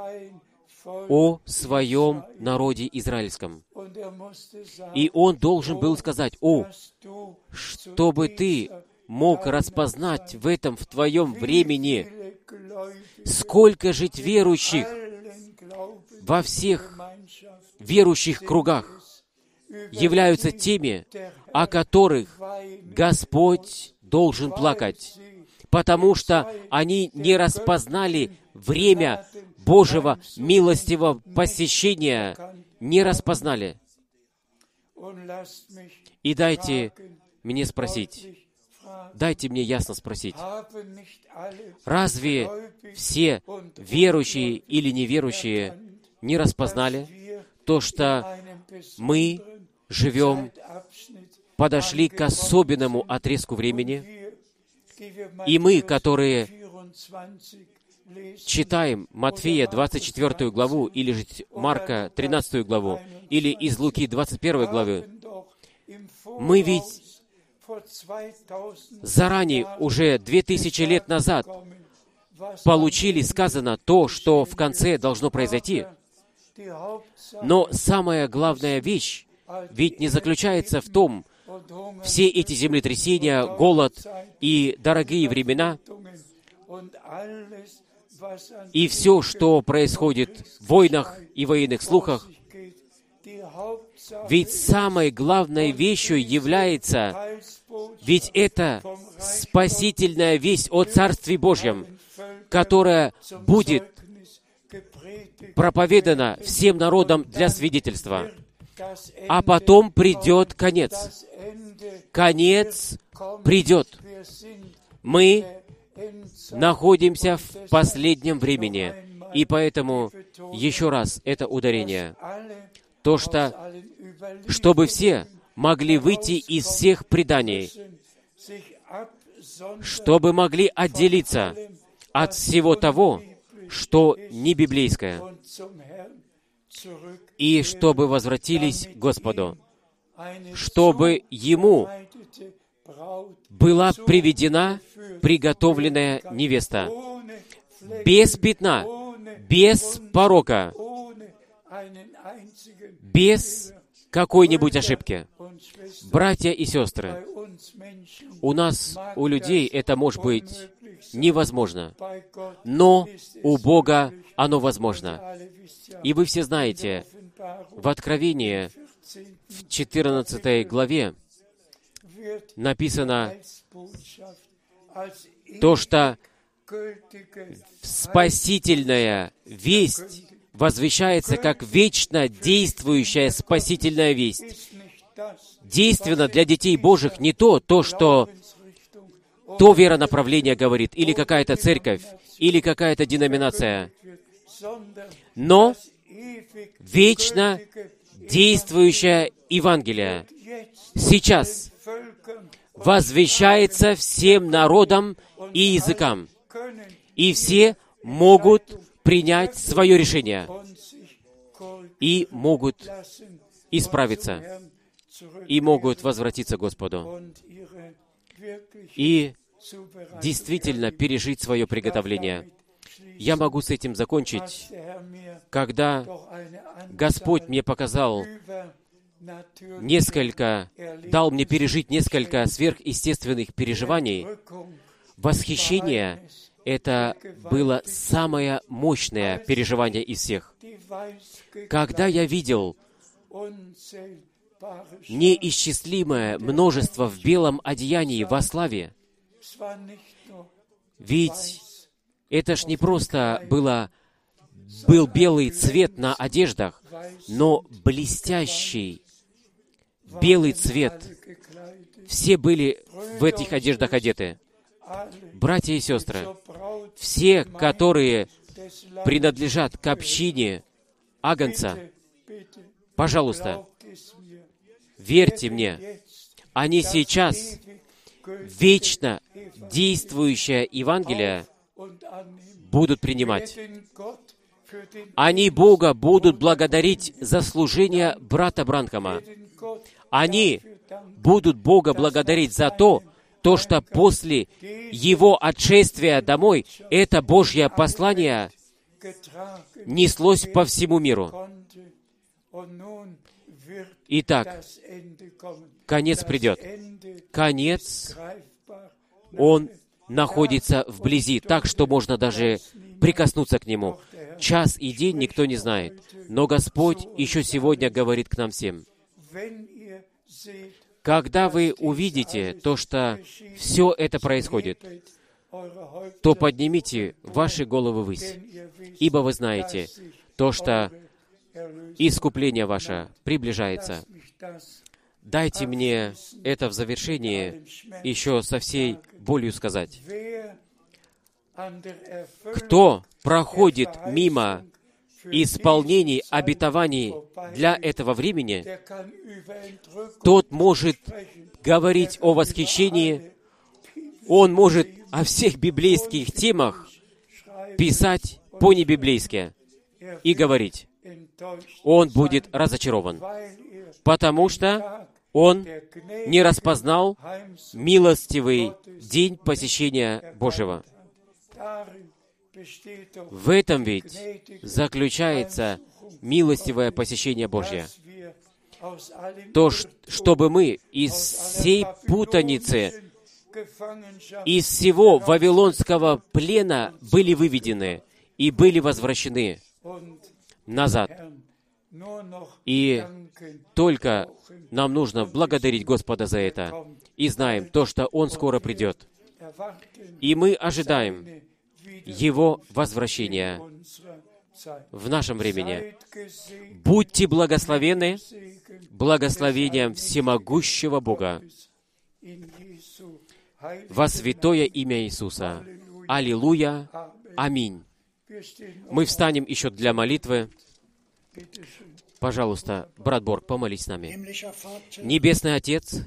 О своем народе израильском. И Он должен был сказать: «О, чтобы ты мог распознать в этом, в твоем времени, сколько жить верующих во всех верующих кругах являются теми, о которых Господь должен плакать, потому что они не распознали время Божьего милостивого посещения, не распознали». И дайте мне спросить, дайте мне ясно спросить, разве все верующие или неверующие не распознали то, что мы живем, подошли к особенному отрезку времени, и мы, которые читаем Матфея двадцать четвёртую главу, или же Марка тринадцатую главу, или из Луки двадцать первой главы, мы ведь заранее, уже две тысячи лет назад, получили сказано то, что в конце должно произойти. Но самая главная вещь ведь не заключается в том, все эти землетрясения, голод и дорогие времена, и все, что происходит в войнах и военных слухах, ведь самой главной вещью является, ведь это спасительная весть о Царстве Божьем, которая будет проповедана всем народам для свидетельства. А потом придет конец. Конец придет. Мы находимся в последнем времени. И поэтому, еще раз, это ударение. То, что, чтобы все могли выйти из всех преданий, чтобы могли отделиться от всего того, что не библейское, и чтобы возвратились к Господу, чтобы Ему была приведена приготовленная невеста, без пятна, без порока, без какой-нибудь ошибки. Братья и сестры, у нас, у людей, это может быть невозможно, но у Бога оно возможно. И вы все знаете, в Откровении, в четырнадцатой главе, написано то, что спасительная весть возвещается как вечно действующая спасительная весть. Действенно для детей Божьих не то, то, что то веронаправление говорит, или какая-то церковь, или какая-то деноминация, но вечно действующее Евангелие сейчас возвещается всем народам и языкам, и все могут принять свое решение и могут исправиться, и могут возвратиться к Господу, и действительно пережить свое приготовление. Я могу с этим закончить, когда Господь мне показал несколько, дал мне пережить несколько сверхъестественных переживаний. Восхищение — это было самое мощное переживание из всех. Когда я видел неисчислимое множество в белом одеянии во славе, ведь это ж не просто было, был белый цвет на одеждах, но блестящий белый цвет. Все были в этих одеждах одеты. Братья и сестры, все, которые принадлежат к общине Агнца, пожалуйста, верьте мне, они сейчас вечно действующее Евангелие будут принимать. Они Бога будут благодарить за служение брата Бранхама. Они будут Бога благодарить за то, то, что после его отшествия домой это Божье послание неслось по всему миру. Итак, конец придет. Конец, он находится вблизи, так что можно даже прикоснуться к нему. Час и день никто не знает, но Господь еще сегодня говорит к нам всем. Когда вы увидите то, что все это происходит, то поднимите ваши головы ввысь, ибо вы знаете то, что искупление ваше приближается. Дайте мне это в завершении еще со всей болью сказать. Кто проходит мимо исполнений обетований для этого времени, тот может говорить о восхищении, он может о всех библейских темах писать по-небиблейски и говорить. Он будет разочарован, потому что он не распознал милостивый день посещения Божьего. В этом ведь заключается милостивое посещение Божье. То, чтобы мы из всей путаницы, из всего вавилонского плена были выведены и были возвращены назад. И только нам нужно благодарить Господа за это. И знаем то, что Он скоро придет. И мы ожидаем Его возвращения в нашем времени. Будьте благословены благословением всемогущего Бога во святое имя Иисуса. Аллилуйя. Аминь. Мы встанем еще для молитвы. Пожалуйста, брат Борг, помолись с нами. Небесный Отец,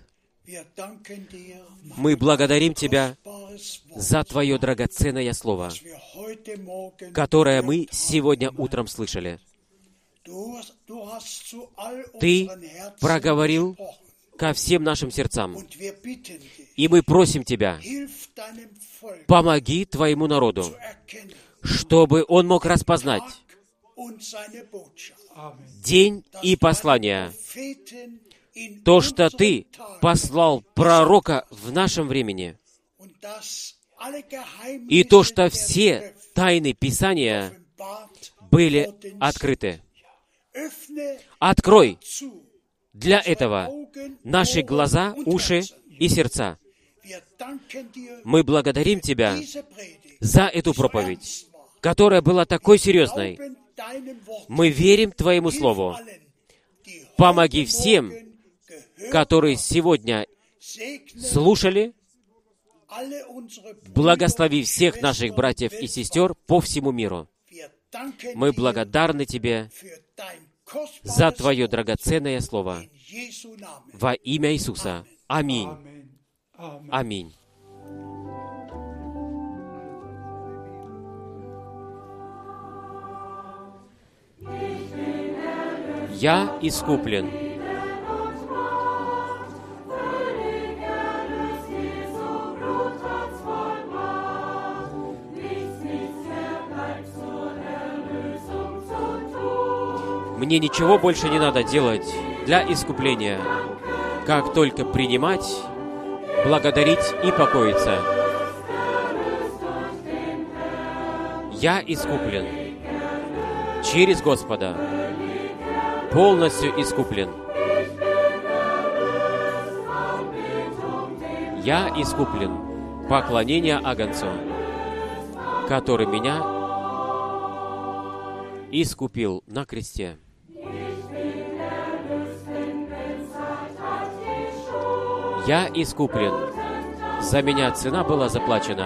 мы благодарим Тебя за Твое драгоценное Слово, которое мы сегодня утром слышали. Ты проговорил ко всем нашим сердцам, и мы просим Тебя, помоги Твоему народу, чтобы он мог распознать день и послание, то, что Ты послал пророка в нашем времени, и то, что все тайны Писания были открыты. Открой для этого наши глаза, уши и сердца. Мы благодарим Тебя за эту проповедь, которая была такой серьезной. Мы верим Твоему Слову. Помоги всем, которые сегодня слушали. Благослови всех наших братьев и сестер по всему миру. Мы благодарны Тебе за Твое драгоценное Слово. Во имя Иисуса. Аминь. Аминь. Я искуплен. Мне ничего больше не надо делать для искупления, как только принимать, благодарить и покоиться. Я искуплен через Господа, полностью искуплен. Я искуплен. Поклонение Агнцу, который меня искупил на кресте. Я искуплен. За меня цена была заплачена.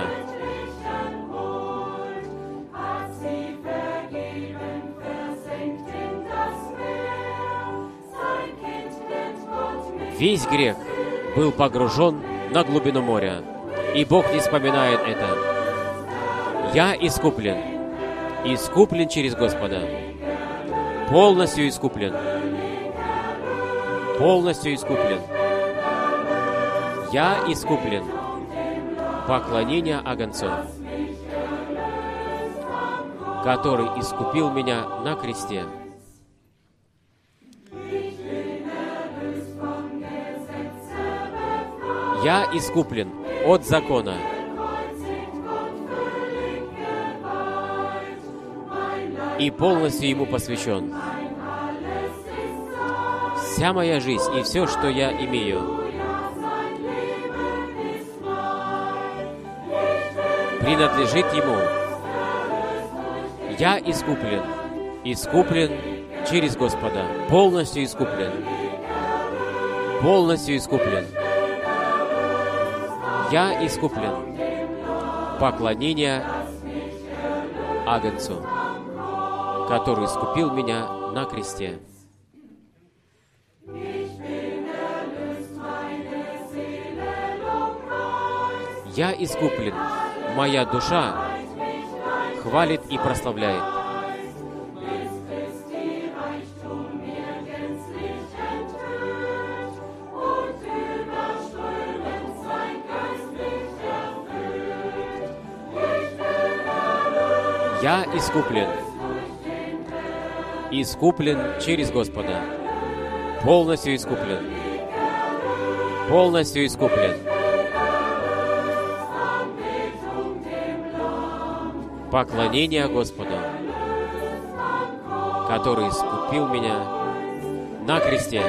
Весь грех был погружен на глубину моря, и Бог не вспоминает это. Я искуплен. Искуплен через Господа. Полностью искуплен. Полностью искуплен. Я искуплен. Поклонение Агнцу, который искупил меня на кресте. Я искуплен от закона. И полностью Ему посвящен. Вся моя жизнь и все, что я имею, принадлежит Ему. Я искуплен. Искуплен через Господа. Полностью искуплен. Полностью искуплен. Я искуплен. Поклонение Агнцу, который искупил меня на кресте. Я искуплен. Моя душа хвалит и прославляет. Я искуплен. Искуплен через Господа. Полностью искуплен. Полностью искуплен. Поклонение Господу, который искупил меня на кресте.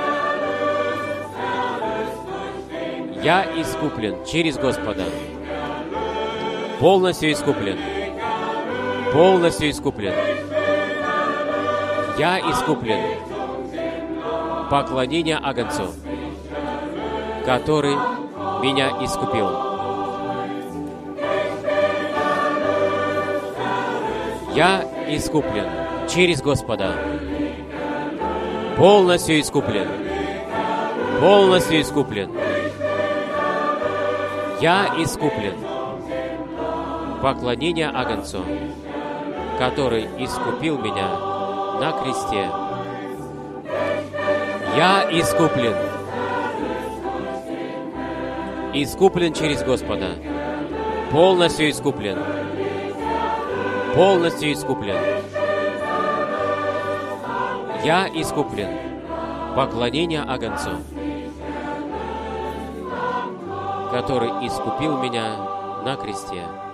Я искуплен через Господа. Полностью искуплен. Полностью искуплен. Я искуплен. Поклонение Агнцу, который меня искупил. Я искуплен через Господа. Полностью искуплен. Полностью искуплен. Я искуплен. Поклонение Агнцу, который искупил меня на кресте. Я искуплен. Искуплен через Господа. Полностью искуплен. Полностью искуплен. Я искуплен. Поклонение Агнцу, который искупил меня на кресте.